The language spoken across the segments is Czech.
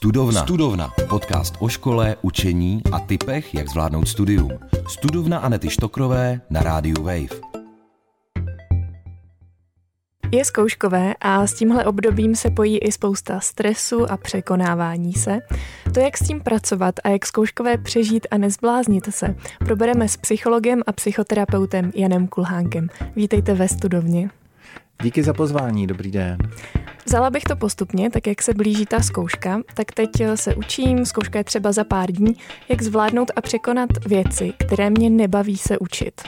Studovna. Podcast o škole, učení a tipech, jak zvládnout studium. Studovna Anety Štokrové na rádiu Wave. Je zkouškové a s tímhle obdobím se pojí i spousta stresu a překonávání se. To, jak s tím pracovat a jak zkouškové přežít a nezbláznit se, probereme s psychologem a psychoterapeutem Janem Kulhánkem. Vítejte ve Studovně. Díky za pozvání, dobrý den. Vzala bych to postupně, tak jak se blíží ta zkouška, tak teď se učím, zkouška je třeba za pár dní, jak zvládnout a překonat věci, které mě nebaví se učit.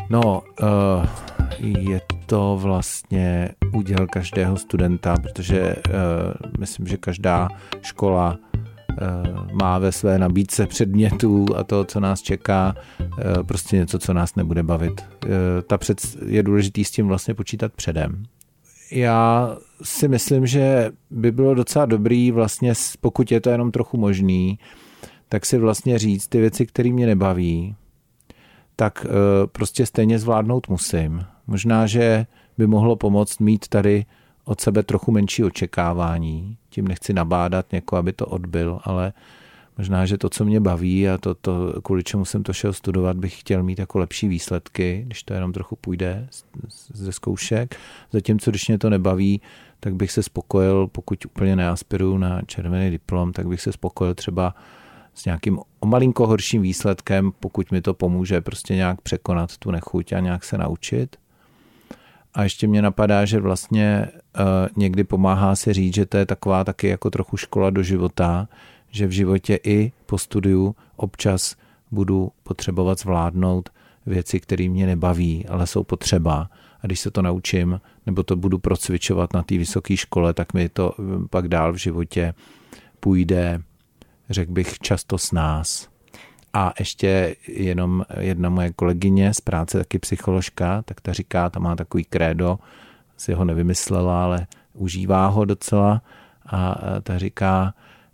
Je to vlastně úděl každého studenta, protože myslím, že každá škola má ve své nabídce předmětů a to, co nás čeká, prostě něco, co nás nebude bavit. Je důležitý s tím vlastně počítat předem. Já si myslím, že by bylo docela dobrý vlastně, pokud je to jenom trochu možný, tak si vlastně říct ty věci, které mě nebaví, tak prostě stejně zvládnout musím. Možná, že by mohlo pomoct mít tady od sebe trochu menší očekávání. Tím nechci nabádat někoho, aby to odbyl, ale možná, že to, co mě baví a to kvůli čemu jsem to šel studovat, bych chtěl mít jako lepší výsledky, když to jenom trochu půjde ze zkoušek. Zatímco, když mě to nebaví, tak bych se spokojil, pokud úplně neaspiruju na červený diplom, tak bych se spokojil třeba s nějakým o malinko horším výsledkem, pokud mi to pomůže prostě nějak překonat tu nechuť a nějak se naučit. A ještě mě napadá, že vlastně někdy pomáhá si říct, že to je taková taky jako trochu škola do života, že v životě i po studiu občas budu potřebovat zvládnout věci, které mě nebaví, ale jsou potřeba. A když se to naučím, nebo to budu procvičovat na té vysoké škole, tak mi to pak dál v životě půjde, řekl bych, často snáz. A ještě jenom jedna moje kolegyně z práce, taky psycholožka, tak ta říká, ta má takový krédo, si ho nevymyslela, ale užívá ho docela a ta říká,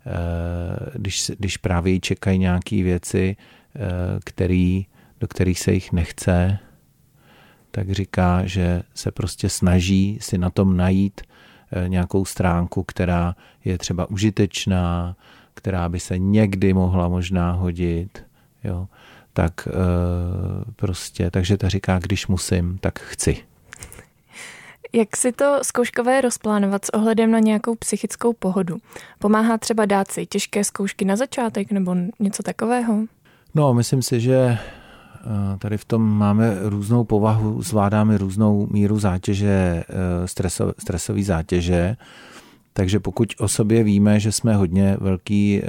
když právě jí čekají nějaké věci, do kterých se jich nechce, tak říká, že se prostě snaží si na tom najít nějakou stránku, která je třeba užitečná, která by se někdy mohla možná hodit, jo, tak prostě, takže ta říká, když musím, tak chci. Jak si to zkouškové rozplánovat s ohledem na nějakou psychickou pohodu? Pomáhá třeba dát si těžké zkoušky na začátek nebo něco takového? No, myslím si, že tady v tom máme různou povahu, zvládáme různou míru zátěže, stresové zátěže, takže pokud o sobě víme, že jsme hodně velký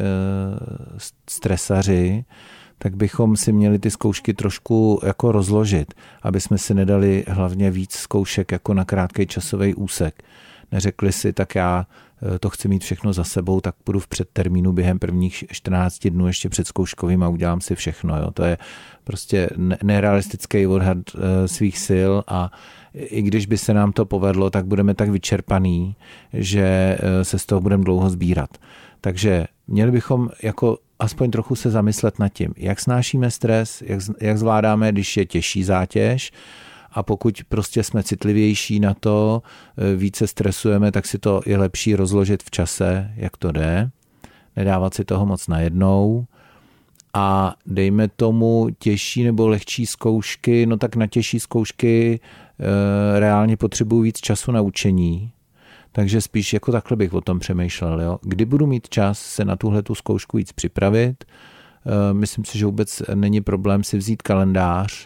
stresaři, tak bychom si měli ty zkoušky trošku jako rozložit, aby jsme si nedali hlavně víc zkoušek jako na krátký časový úsek. Neřekli si, tak já to chci mít všechno za sebou, tak půjdu v předtermínu během prvních 14 dnů ještě před zkouškovým a udělám si všechno. Jo. To je prostě nerealistický odhad svých sil a i když by se nám to povedlo, tak budeme tak vyčerpaný, že se z toho budeme dlouho sbírat. Takže měli bychom jako aspoň trochu se zamyslet nad tím, jak snášíme stres, jak zvládáme, když je těžší zátěž a pokud prostě jsme citlivější na to, více stresujeme, tak si to je lepší rozložit v čase, jak to jde, nedávat si toho moc najednou a dejme tomu těžší nebo lehčí zkoušky, no tak na těžší zkoušky reálně potřebuji víc času na učení. Takže spíš jako takhle bych o tom přemýšlel. Jo? Kdy budu mít čas se na tuhletu zkoušku víc připravit? Myslím si, že vůbec není problém si vzít kalendář,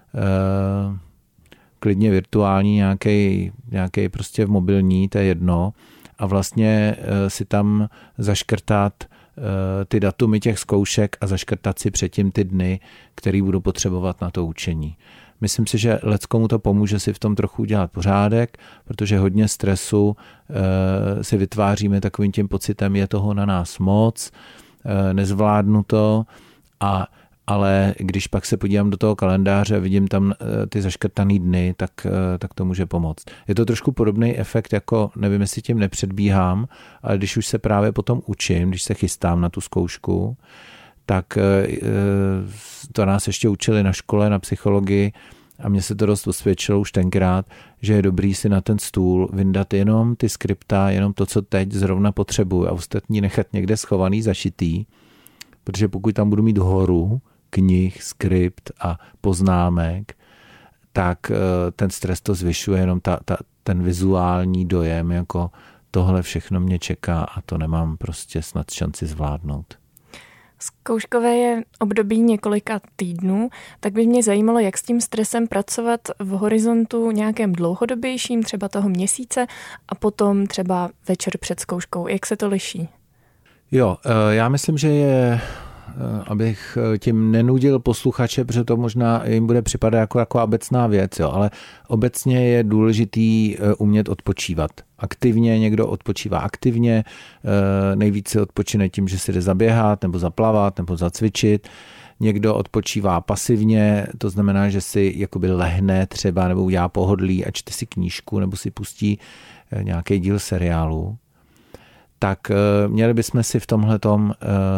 klidně virtuální, nějaký prostě mobilní, to je jedno, a vlastně si tam zaškrtat ty datumy těch zkoušek a zaškrtat si předtím ty dny, který budu potřebovat na to učení. Myslím si, že leckomu to pomůže si v tom trochu udělat pořádek, protože hodně stresu si vytváříme takovým tím pocitem, je toho na nás moc, nezvládnu to, ale když pak se podívám do toho kalendáře a vidím tam ty zaškrtaný dny, tak to může pomoct. Je to trošku podobný efekt, jako nevím, jestli tím nepředbíhám, ale když už se právě potom učím, když se chystám na tu zkoušku, tak to nás ještě učili na škole, na psychologii, a mně se to dost osvědčilo už tenkrát, že je dobrý si na ten stůl vyndat jenom ty skripta, jenom to, co teď zrovna potřebuji a ostatní nechat někde schovaný, zašitý, protože pokud tam budu mít horu knih, skript a poznámek, tak ten stres to zvyšuje, jenom ten vizuální dojem, jako tohle všechno mě čeká a to nemám prostě snad šanci zvládnout. Zkouškové je období několika týdnů, tak by mě zajímalo, jak s tím stresem pracovat v horizontu nějakém dlouhodobějším, třeba toho měsíce a potom třeba večer před zkouškou. Jak se to liší? Jo, já myslím, že je, abych tím nenudil posluchače, protože to možná jim bude připadat jako obecná věc, jo, ale obecně je důležitý umět odpočívat. Aktivně, někdo odpočívá aktivně, nejvíce odpočine tím, že si jde zaběhat, nebo zaplavat, nebo zacvičit. Někdo odpočívá pasivně, to znamená, že si jakoby lehne třeba, nebo udělá pohodlí a čte si knížku, nebo si pustí nějaký díl seriálu. Tak měli bychom si v tomhletom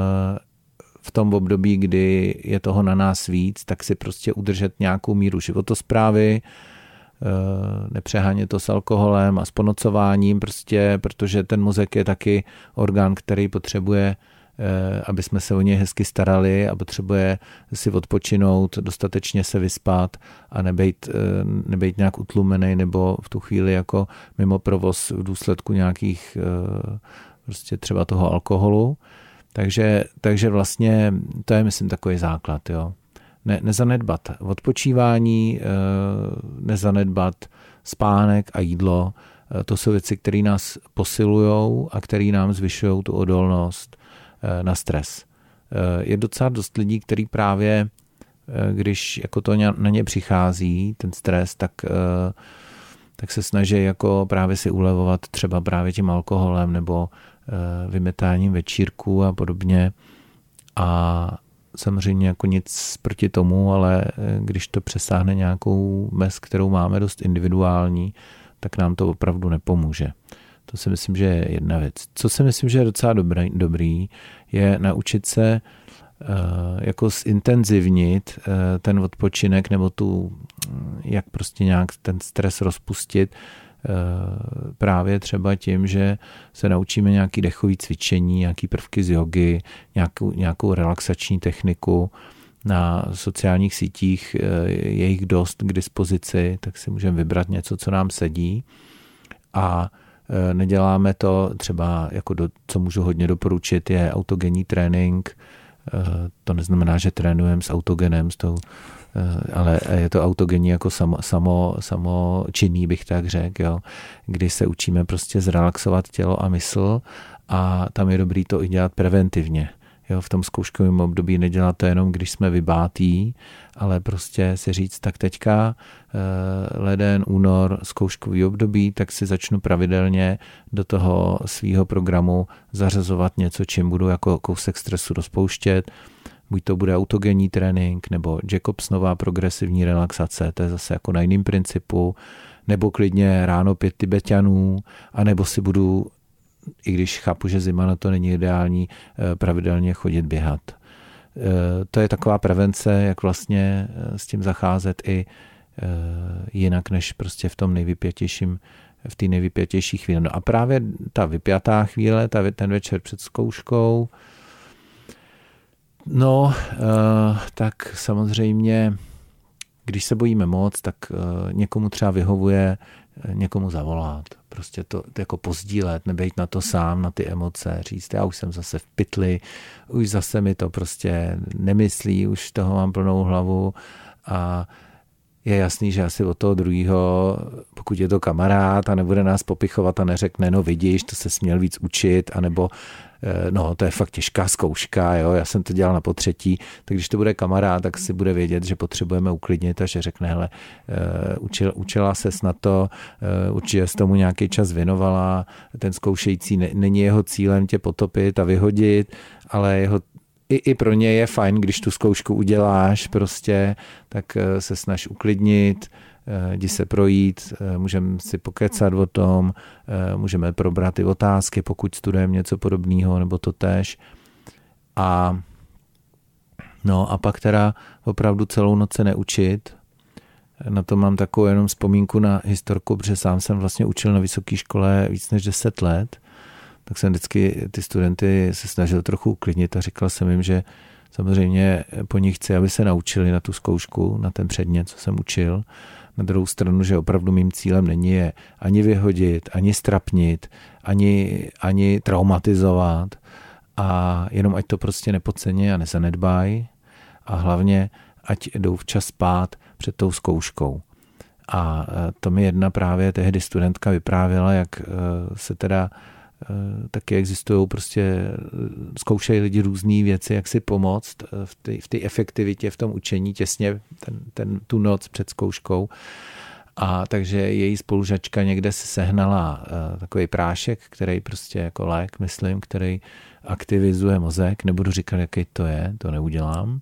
v tom období, kdy je toho na nás víc, tak si prostě udržet nějakou míru životosprávy, nepřehánět to s alkoholem a s ponocováním, prostě, protože ten mozek je taky orgán, který potřebuje, aby jsme se o něj hezky starali a potřebuje si odpočinout, dostatečně se vyspat a nebejt nějak utlumený nebo v tu chvíli jako mimo provoz v důsledku nějakých prostě třeba toho alkoholu. Takže vlastně to je, myslím, takový základ. Jo. Nezanedbat odpočívání, nezanedbat spánek a jídlo. To jsou věci, které nás posilujou a které nám zvyšují tu odolnost na stres. Je docela dost lidí, kteří právě, když jako to na ně přichází, ten stres, tak se snaží jako právě si ulevovat třeba právě tím alkoholem nebo vymetáním večírků a podobně. A samozřejmě jako nic proti tomu, ale když to přesáhne nějakou mez, kterou máme dost individuální, tak nám to opravdu nepomůže. To si myslím, že je jedna věc. Co si myslím, že je docela dobrý, je naučit se jako zintenzivnit ten odpočinek nebo jak prostě nějak ten stres rozpustit právě třeba tím, že se naučíme nějaký dechový cvičení, nějaký prvky z jogy, nějakou relaxační techniku. Na sociálních sítích je jich dost k dispozici, tak si můžeme vybrat něco, co nám sedí a neděláme to třeba, jako co můžu hodně doporučit, je autogenní trénink. To neznamená, že trénujeme s autogenem, ale je to autogenní jako samočinný, bych tak řekl, jo, kdy se učíme prostě zrelaxovat tělo a mysl a tam je dobrý to i dělat preventivně. Jo, v tom zkouškovém období nedělat to jenom, když jsme vybátí, ale prostě si říct, tak teďka leden, únor, zkouškový období, tak si začnu pravidelně do toho svýho programu zařazovat něco, čím budu jako kousek stresu rozpouštět. Buď to bude autogenní trénink, nebo Jacobsonova progresivní relaxace, to je zase jako na jiném principu, nebo klidně ráno 5 Tibetanů, anebo si budu, i když chápu, že zima na to není ideální, pravidelně chodit běhat. To je taková prevence, jak vlastně s tím zacházet i jinak, než prostě v té nejvypjatější chvíli. No a právě ta vypjatá chvíle, ten večer před zkouškou, no, tak samozřejmě, když se bojíme moc, tak někomu třeba vyhovuje někomu zavolat. Prostě to jako pozdílet, nebejt na to sám, na ty emoce, říct, já už jsem zase v pytli, už zase mi to prostě nemyslí, už toho mám plnou hlavu a je jasný, že asi od toho druhého, pokud je to kamarád a nebude nás popichovat a neřekne, no vidíš, to se směl víc učit, anebo no to je fakt těžká zkouška, jo, já jsem to dělal na potřetí, tak když to bude kamarád, tak si bude vědět, že potřebujeme uklidnit a že řekne, hele, učila ses na to, určitě s tomu nějaký čas věnovala, ten zkoušející není jeho cílem tě potopit a vyhodit, ale i pro ně je fajn, když tu zkoušku uděláš prostě, tak se snaž uklidnit, jdi se projít, můžeme si pokecat o tom, můžeme probrat ty otázky, pokud studujeme něco podobného, nebo to též. A pak teda opravdu celou noc se neučit, Na to mám takovou jenom vzpomínku na historku, protože sám jsem vlastně učil na vysoké škole víc než 10 let, tak jsem vždycky ty studenty se snažil trochu uklidnit a říkal jsem jim, že samozřejmě po nich chci, aby se naučili na tu zkoušku, na ten předmět, co jsem učil. Na druhou stranu, že opravdu mým cílem není je ani vyhodit, ani strapnit, ani traumatizovat a jenom ať to prostě nepodcení a nezanedbají a hlavně ať jdou včas spát před tou zkouškou. A to mi jedna právě tehdy studentka vyprávěla, jak se teda taky existují prostě, zkoušejí lidi různý věci, jak si pomoct v té efektivitě, v tom učení těsně tu noc před zkouškou. A takže její spolužačka někde si sehnala takový prášek, který prostě jako lék, myslím, který aktivizuje mozek. Nebudu říkat, jaký to je, to neudělám.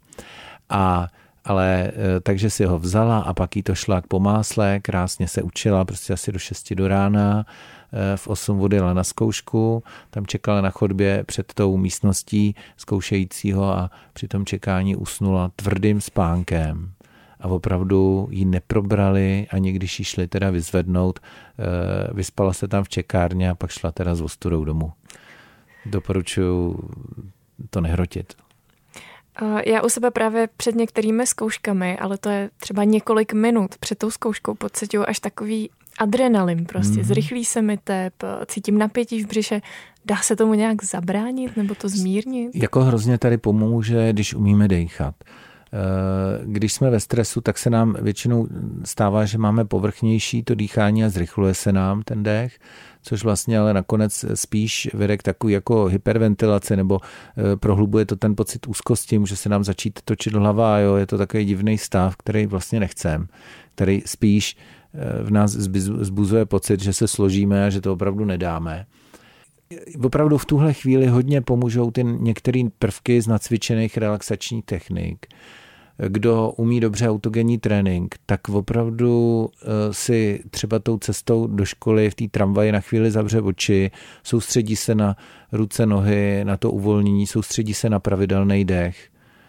Ale takže si ho vzala a pak jí to šlak po másle, krásně se učila, prostě asi do 6 do rána, v 8 odjela na zkoušku, tam čekala na chodbě před tou místností zkoušejícího a při tom čekání usnula tvrdým spánkem. A opravdu ji neprobrali, ani když ji šli teda vyzvednout, vyspala se tam v čekárně a pak šla teda s ostudou domů. Doporučuji to nehrotit. Já u sebe právě před některými zkouškami, ale to je třeba několik minut před tou zkouškou, pociťuju až takový adrenalin prostě. Zrychlí se mi tep, cítím napětí v břiše. Dá se tomu nějak zabránit nebo to zmírnit? Jako hrozně tady pomůže, když umíme dýchat. Když jsme ve stresu, tak se nám většinou stává, že máme povrchnější to dýchání a zrychluje se nám ten dech, což vlastně ale nakonec spíš vede k takový jako hyperventilaci nebo prohlubuje to ten pocit úzkosti, může se nám začít točit hlava, jo, je to takový divný stav, který vlastně nechcem, který spíš v nás zbuzuje pocit, že se složíme a že to opravdu nedáme. Opravdu v tuhle chvíli hodně pomůžou ty některé prvky z nacvičených relaxačních technik. Kdo umí dobře autogenní trénink, tak opravdu si třeba tou cestou do školy v té tramvaji na chvíli zavře oči, soustředí se na ruce, nohy, na to uvolnění, soustředí se na pravidelný dech.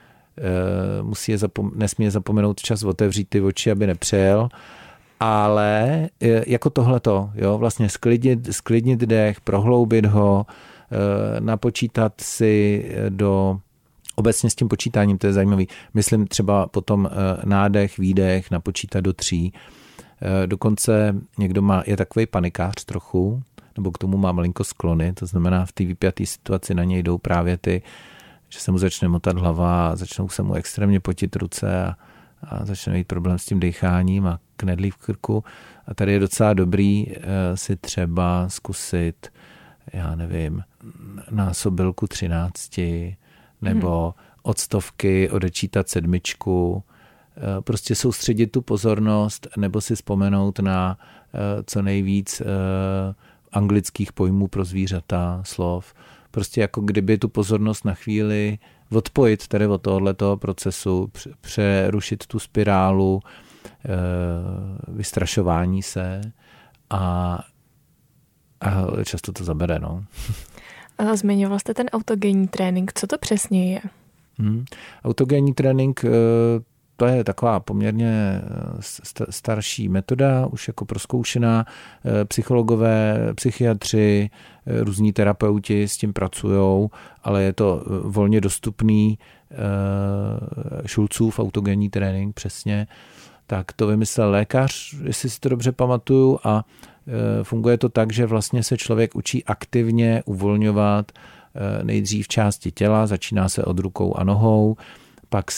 Nesmí zapomenout čas otevřít ty oči, aby nepřejel. Ale jako tohleto, jo, vlastně sklidnit dech, prohloubit ho, napočítat si obecně s tím počítáním, to je zajímavý, myslím třeba potom nádech, výdech, napočítat do 3. Dokonce někdo je takovej panikář trochu, nebo k tomu má malinko sklony, to znamená v té vypjaté situaci na něj jdou právě že se mu začne motat hlava a začnou se mu extrémně potit ruce a začne mít problém s tím decháním a knedlí v krku. A tady je docela dobrý si třeba zkusit, já nevím, násobilku 13 nebo od 100 odečítat 7, prostě soustředit tu pozornost nebo si vzpomenout na co nejvíc anglických pojmů pro zvířata, slov. Prostě jako kdyby tu pozornost na chvíli odpojit tady od tohoto procesu, přerušit tu spirálu vystrašování se a často to zabere. No. Zmiňoval jste ten autogenní trénink. Co to přesně je? Autogenní trénink, to je taková poměrně starší metoda, už jako prozkoušená. Psychologové, psychiatři, různí terapeuti s tím pracujou, ale je to volně dostupný Schulzův autogenní trénink přesně. Tak to vymyslel lékař, jestli si to dobře pamatuju, a funguje to tak, že vlastně se člověk učí aktivně uvolňovat nejdřív části těla, začíná se od rukou a nohou, pak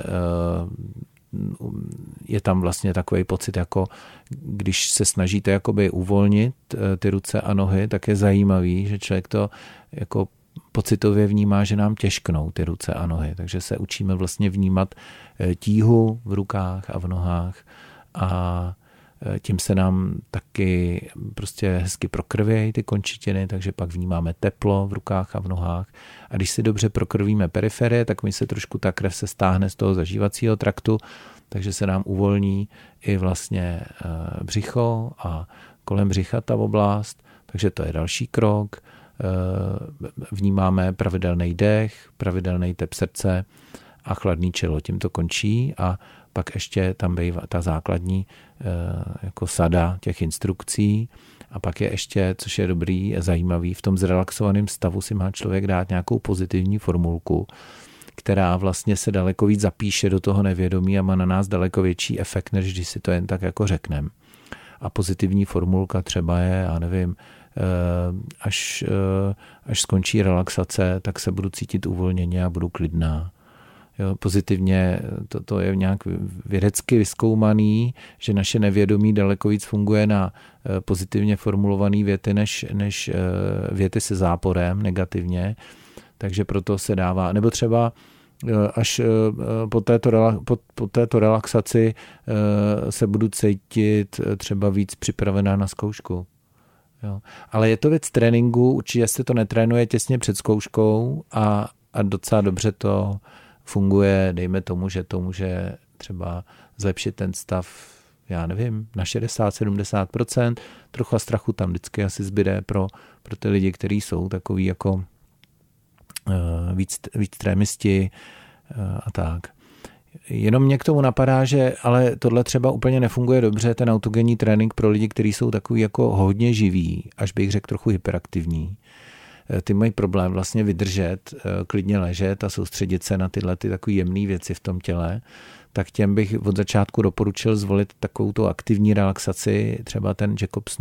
je tam vlastně takový pocit, jako když se snažíte jakoby uvolnit ty ruce a nohy, tak je zajímavý, že člověk to jako pocitově vnímá, že nám těžknou ty ruce a nohy. Takže se učíme vlastně vnímat tíhu v rukách a v nohách a tím se nám taky prostě hezky prokrvějí ty končetiny, takže pak vnímáme teplo v rukách a v nohách. A když si dobře prokrvíme periferie, tak mi se trošku ta krev se stáhne z toho zažívacího traktu, takže se nám uvolní i vlastně břicho a kolem břicha ta oblast, takže to je další krok. Vnímáme pravidelný dech, pravidelný tep srdce a chladný čelo. Tím to končí a pak ještě tam bývá ta základní jako sada těch instrukcí a pak je ještě, což je dobrý a zajímavý, v tom zrelaxovaném stavu si má člověk dát nějakou pozitivní formulku, která vlastně se daleko víc zapíše do toho nevědomí a má na nás daleko větší efekt, než když si to jen tak jako řekneme. A pozitivní formulka třeba je, já nevím, až skončí relaxace, tak se budu cítit uvolněně a budu klidná. Jo, pozitivně to je nějak vědecky vyzkoumaný, že naše nevědomí daleko víc funguje na pozitivně formulované věty, než věty se záporem negativně. Takže proto se dává, nebo třeba až po této relaxaci se budu cítit třeba víc připravená na zkoušku. Jo. Ale je to věc tréninku, určitě se to netrénuje těsně před zkouškou a docela dobře to funguje, dejme tomu, že to může třeba zlepšit ten stav, já nevím, na 60-70%. Trocha strachu tam vždycky asi zbyde pro ty lidi, kteří jsou takový jako víc trémisti a tak. Jenom mě k tomu napadá, že ale tohle třeba úplně nefunguje dobře, ten autogenní trénink pro lidi, kteří jsou takový jako hodně živí, až bych řekl trochu hyperaktivní. Ty mají problém vlastně vydržet, klidně ležet a soustředit se na tyhle takové jemné věci v tom těle, tak těm bych od začátku doporučil zvolit takovou tu aktivní relaxaci, třeba ten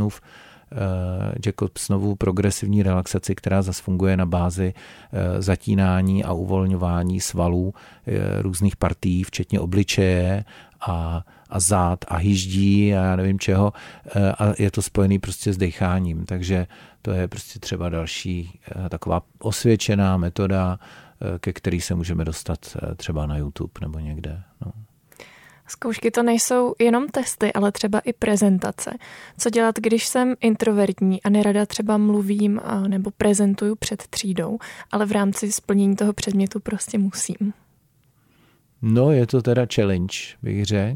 Jacobsonovu progresivní relaxaci, která zase funguje na bázi zatínání a uvolňování svalů různých partií, včetně obličeje a zad a hyždí a já nevím čeho a je to spojený prostě s decháním, takže to je prostě třeba další taková osvědčená metoda, ke který se můžeme dostat třeba na YouTube nebo někde. No. Zkoušky to nejsou jenom testy, ale třeba i prezentace. Co dělat, když jsem introvertní a nerada třeba mluvím nebo prezentuju před třídou, ale v rámci splnění toho předmětu prostě musím? No, je to teda challenge, bych řekl.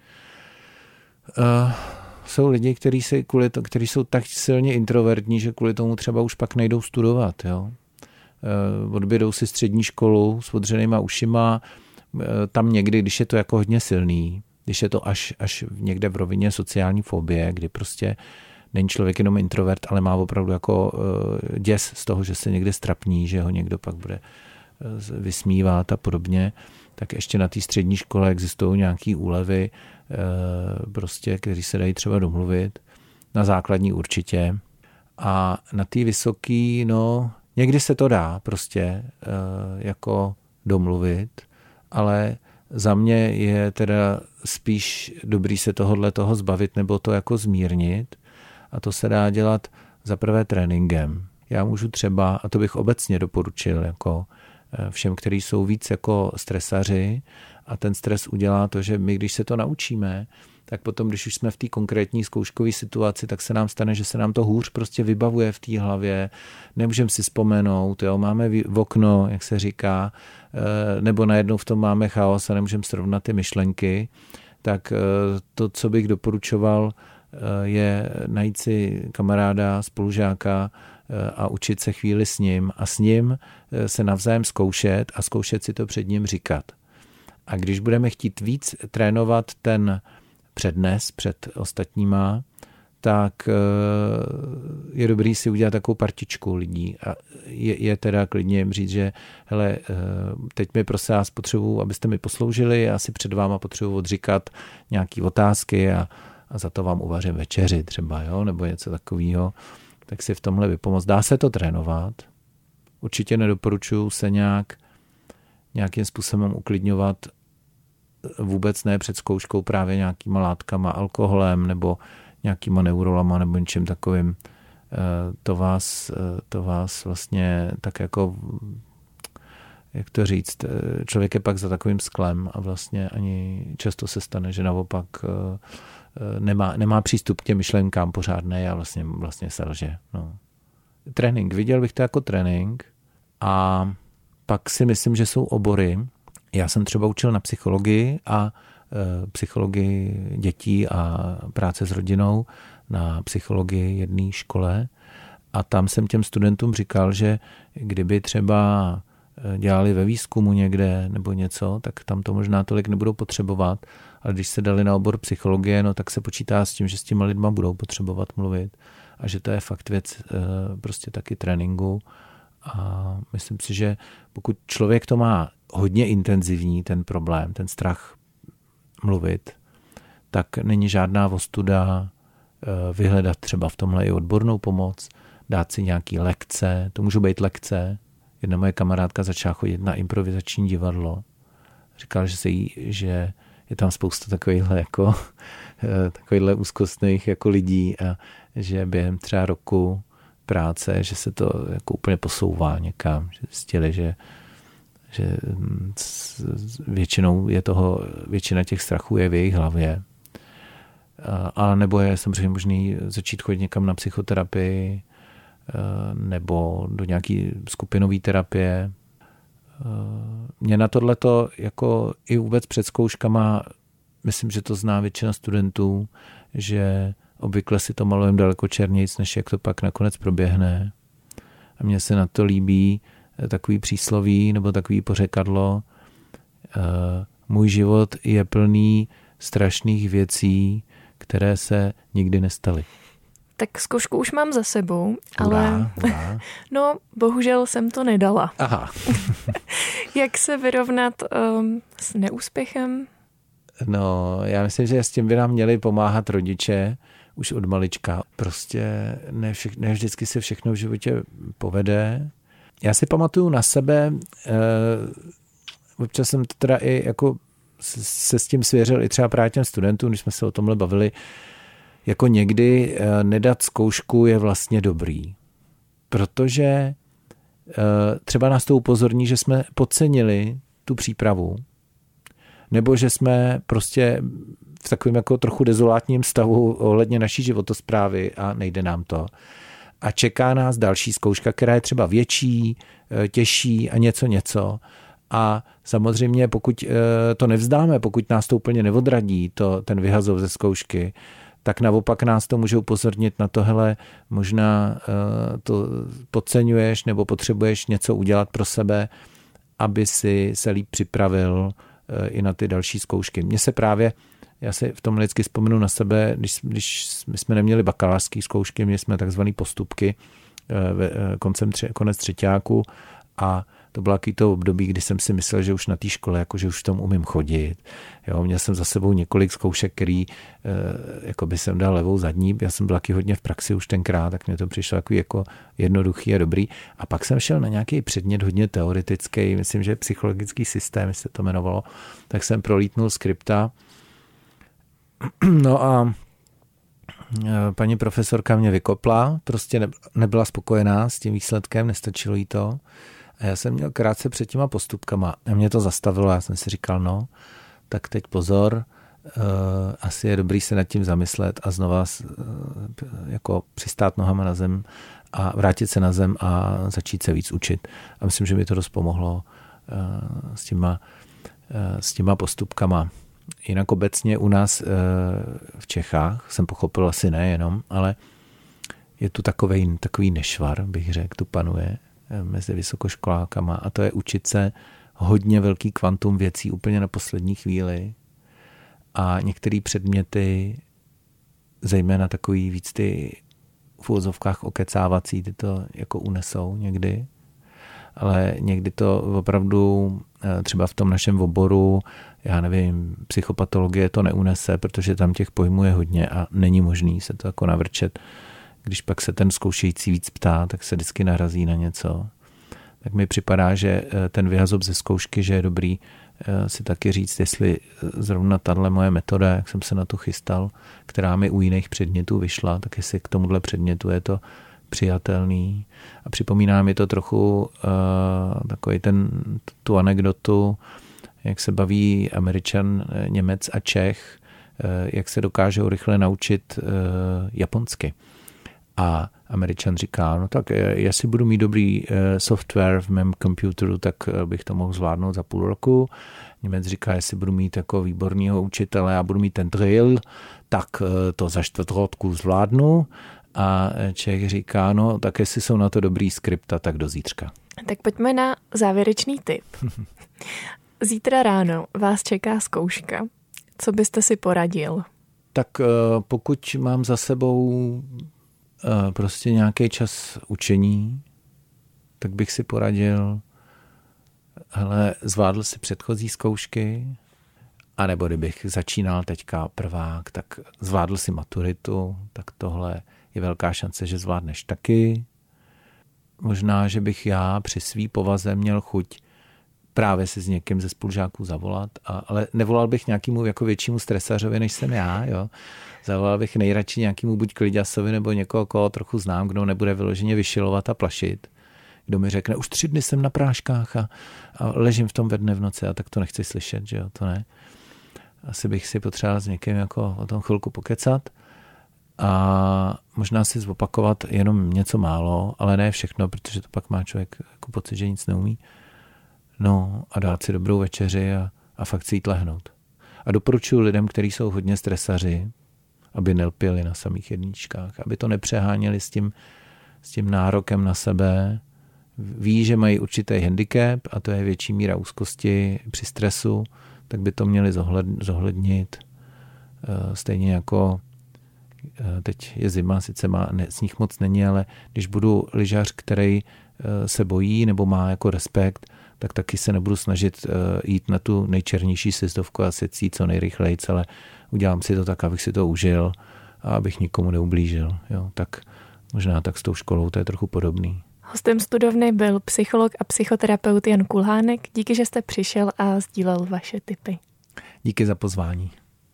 Jsou lidi, kteří jsou tak silně introvertní, že kvůli tomu třeba už pak nejdou studovat. Jo? Odbědou si střední školu s odřenýma ušima, tam někdy, když je to jako hodně silný, když je to až někde v rovině sociální fobie, kdy prostě není člověk jenom introvert, ale má opravdu jako děs z toho, že se někde strapní, že ho někdo pak bude vysmívat a podobně, tak ještě na té střední škole existují nějaký úlevy, prostě, kteří se dají třeba domluvit, na základní určitě. A na té vysoký, no, někdy se to dá prostě jako domluvit, ale za mě je teda spíš dobrý se toho zbavit nebo to jako zmírnit a to se dá dělat za prvé tréninkem. Já můžu třeba, a to bych obecně doporučil jako všem, kteří jsou víc jako stresaři a ten stres udělá to, že my, když se to naučíme, tak potom, když už jsme v té konkrétní zkouškové situaci, tak se nám stane, že se nám to hůř prostě vybavuje v té hlavě, nemůžeme si vzpomenout, jo, máme v okno, jak se říká, nebo najednou v tom máme chaos a nemůžeme srovnat ty myšlenky, tak to, co bych doporučoval, je najít si kamaráda, spolužáka a učit se chvíli s ním a s ním se navzájem zkoušet a zkoušet si to před ním říkat. A když budeme chtít víc trénovat ten přednes před ostatníma, tak je dobrý si udělat takovou partičku lidí a je teda klidně jim říct, že hele, teď mi prosím vás potřebuji, abyste mi posloužili, já si před váma potřebuji odříkat nějaký otázky a za to vám uvařím večeři třeba, jo, nebo něco takového, tak si v tomhle vypomoct. Dá se to trénovat. Určitě nedoporučuju se nějakým způsobem uklidňovat, vůbec ne před zkouškou právě nějakýma látkama, alkoholem nebo nějakýma neurolama nebo něčím takovým. To vás vlastně tak jako, jak to říct, člověk je pak za takovým sklem a vlastně ani často se stane, že naopak nemá přístup k těm myšlenkám pořádné a vlastně selže. No. Trénink, viděl bych to jako trénink a pak si myslím, že jsou obory. Já jsem třeba učil na psychologii a psychologii dětí a práce s rodinou na psychologii jedné škole a tam jsem těm studentům říkal, že kdyby třeba dělali ve výzkumu někde nebo něco, tak tam to možná tolik nebudou potřebovat, ale když se dali na obor psychologie, no tak se počítá s tím, že s těma lidma budou potřebovat mluvit a že to je fakt věc prostě taky tréninku. A myslím si, že pokud člověk to má hodně intenzivní, ten problém, ten strach mluvit, tak není žádná ostuda vyhledat třeba v tomhle i odbornou pomoc, dát si nějaký lekce, to můžou být lekce. Jedna moje kamarádka začala chodit na improvizační divadlo. Říkala, že je tam spousta takovýchhle úzkostných jako lidí a že během třeba roku práce, že se to jako úplně posouvá někam, že zjistili, že většina těch strachů je v jejich hlavě. A nebo je samozřejmě možný začít chodit někam na psychoterapii nebo do nějaký skupinové terapie. Mě na tohleto jako i vůbec před zkouškama, myslím, že to zná většina studentů, že obvykle si to malujeme daleko černějc, než jak to pak nakonec proběhne. A mně se na to líbí takový přísloví nebo takový pořekadlo. Můj život je plný strašných věcí, které se nikdy nestaly. Tak zkoušku už mám za sebou, ale no, bohužel jsem to nedala. Aha. Jak se vyrovnat s neúspěchem? No, já myslím, že s tím by nám měli pomáhat rodiče už od malička. Prostě ne vždycky se všechno v životě povede. Já si pamatuju na sebe, občas jsem to teda i jako se s tím svěřil i třeba právě těm studentům, když jsme se o tomhle bavili, jako někdy nedat zkoušku je vlastně dobrý. Protože třeba nás to upozorní, že jsme podcenili tu přípravu, nebo že jsme prostě v takovém jako trochu dezolátním stavu ohledně naší životosprávy a nejde nám to. A čeká nás další zkouška, která je třeba větší, těžší a něco. A samozřejmě, pokud to nevzdáme, pokud nás to úplně neodradí, ten vyhazov ze zkoušky, tak naopak nás to může upozornit na tohle, možná to podceňuješ nebo potřebuješ něco udělat pro sebe, aby si se líp připravil i na ty další zkoušky. Já si v tom vždycky vzpomenu na sebe, když my jsme neměli bakalářské zkoušky, měli jsme takzvané postupky konec třeťáku a to bylo takový to období, kdy jsem si myslel, že už na té škole, jako že už v tom umím chodit. Jo, měl jsem za sebou několik zkoušek, který jako by jsem dal levou zadní. Já jsem byl taky hodně v praxi už tenkrát, tak mě to přišlo takový jako jednoduchý a dobrý. A pak jsem šel na nějaký předmět hodně teoretický, myslím, že psychologický systém se to jmenovalo, tak jsem prolítnul skripta. No a paní profesorka mě vykopla, prostě nebyla spokojená s tím výsledkem, nestačilo jí to. A já jsem měl krátce před těma postupkama a mě to zastavilo, já jsem si říkal, no, tak teď pozor, asi je dobrý se nad tím zamyslet a znova jako přistát nohama na zem a vrátit se na zem a začít se víc učit. A myslím, že mi to dost pomohlo s těma postupkama. Jinak obecně u nás v Čechách, jsem pochopil asi nejenom, ale je tu takový nešvar, bych řekl, tu panuje mezi vysokoškolákama a to je učit se hodně velký kvantum věcí úplně na poslední chvíli a některé předměty, zejména takový víc ty v uvozovkách okecávací, ty to jako unesou někdy, ale někdy to opravdu třeba v tom našem oboru, já nevím, psychopatologie to neunese, protože tam těch pojmů je hodně a není možný se to jako navrčet. Když pak se ten zkoušející víc ptá, tak se vždycky narazí na něco. Tak mi připadá, že ten vyhazob ze zkoušky, že je dobrý si taky říct, jestli zrovna tahle moje metoda, jak jsem se na to chystal, která mi u jiných předmětů vyšla, tak jestli k tomuhle předmětu je to přijatelný. A připomíná mi to trochu takový tu anekdotu, jak se baví Američan, Němec a Čech, jak se dokážou rychle naučit japonsky. A Američan říká, no tak jestli budu mít dobrý software v mém počítači, tak bych to mohl zvládnout za půl roku. Němec říká, jestli budu mít jako výborného učitele a budu mít ten drill, tak to za čtvrtletku zvládnu. a člověk říká, no tak jestli jsou na to dobrý skripta, tak do zítřka. Tak pojďme na závěrečný tip. Zítra ráno vás čeká zkouška. Co byste si poradil? Tak pokud mám za sebou prostě nějaký čas učení, tak bych si poradil, hele, zvládl si předchozí zkoušky, anebo kdybych začínal teďka prvák, tak zvládl si maturitu, tak tohle je velká šance, že zvládneš taky. Možná, že bych já při svý povaze měl chuť právě si s někým ze spolužáků zavolat, ale nevolal bych nějakému jako většímu stresařovi, než jsem já. Jo. Zavolal bych nejradši nějakému buď kliďasovi, nebo někoho, koho trochu znám, kdo nebude vyloženě vyšilovat a plašit. Kdo mi řekne, už 3 dny jsem na práškách a ležím v tom ve dne v noci a tak to nechci slyšet, že jo, to ne. Asi bych si potřeboval s někým jako o tom chvilku pokecat a možná si zopakovat jenom něco málo, ale ne všechno, protože to pak má člověk jako pocit, že nic neumí. No a dát si dobrou večeři a fakt si jít lehnout. A doporučuji lidem, kteří jsou hodně stresaři, aby nelpěli na samých jedničkách, aby to nepřeháněli s tím nárokem na sebe. Ví, že mají určitý handicap a to je větší míra úzkosti při stresu, tak by to měli zohlednit. Stejně jako teď je zima, sice sníh moc není, ale když budu lyžař, který se bojí nebo má jako respekt, tak taky se nebudu snažit jít na tu nejčernější sjezdovku a sjet si co nejrychleji, ale udělám si to tak, abych si to užil a abych nikomu neublížil. Jo, tak možná tak s tou školou to je trochu podobný. Hostem studovny byl psycholog a psychoterapeut Jan Kulhánek. Díky, že jste přišel a sdílel vaše tipy. Díky za pozvání.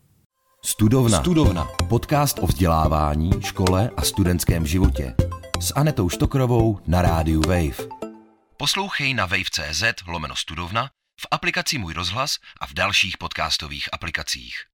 Studovna. Podcast o vzdělávání, škole a studentském životě. S Anetou Štokrovou na rádiu Wave. Poslouchej na wave.cz/studovna, v aplikaci Můj rozhlas a v dalších podcastových aplikacích.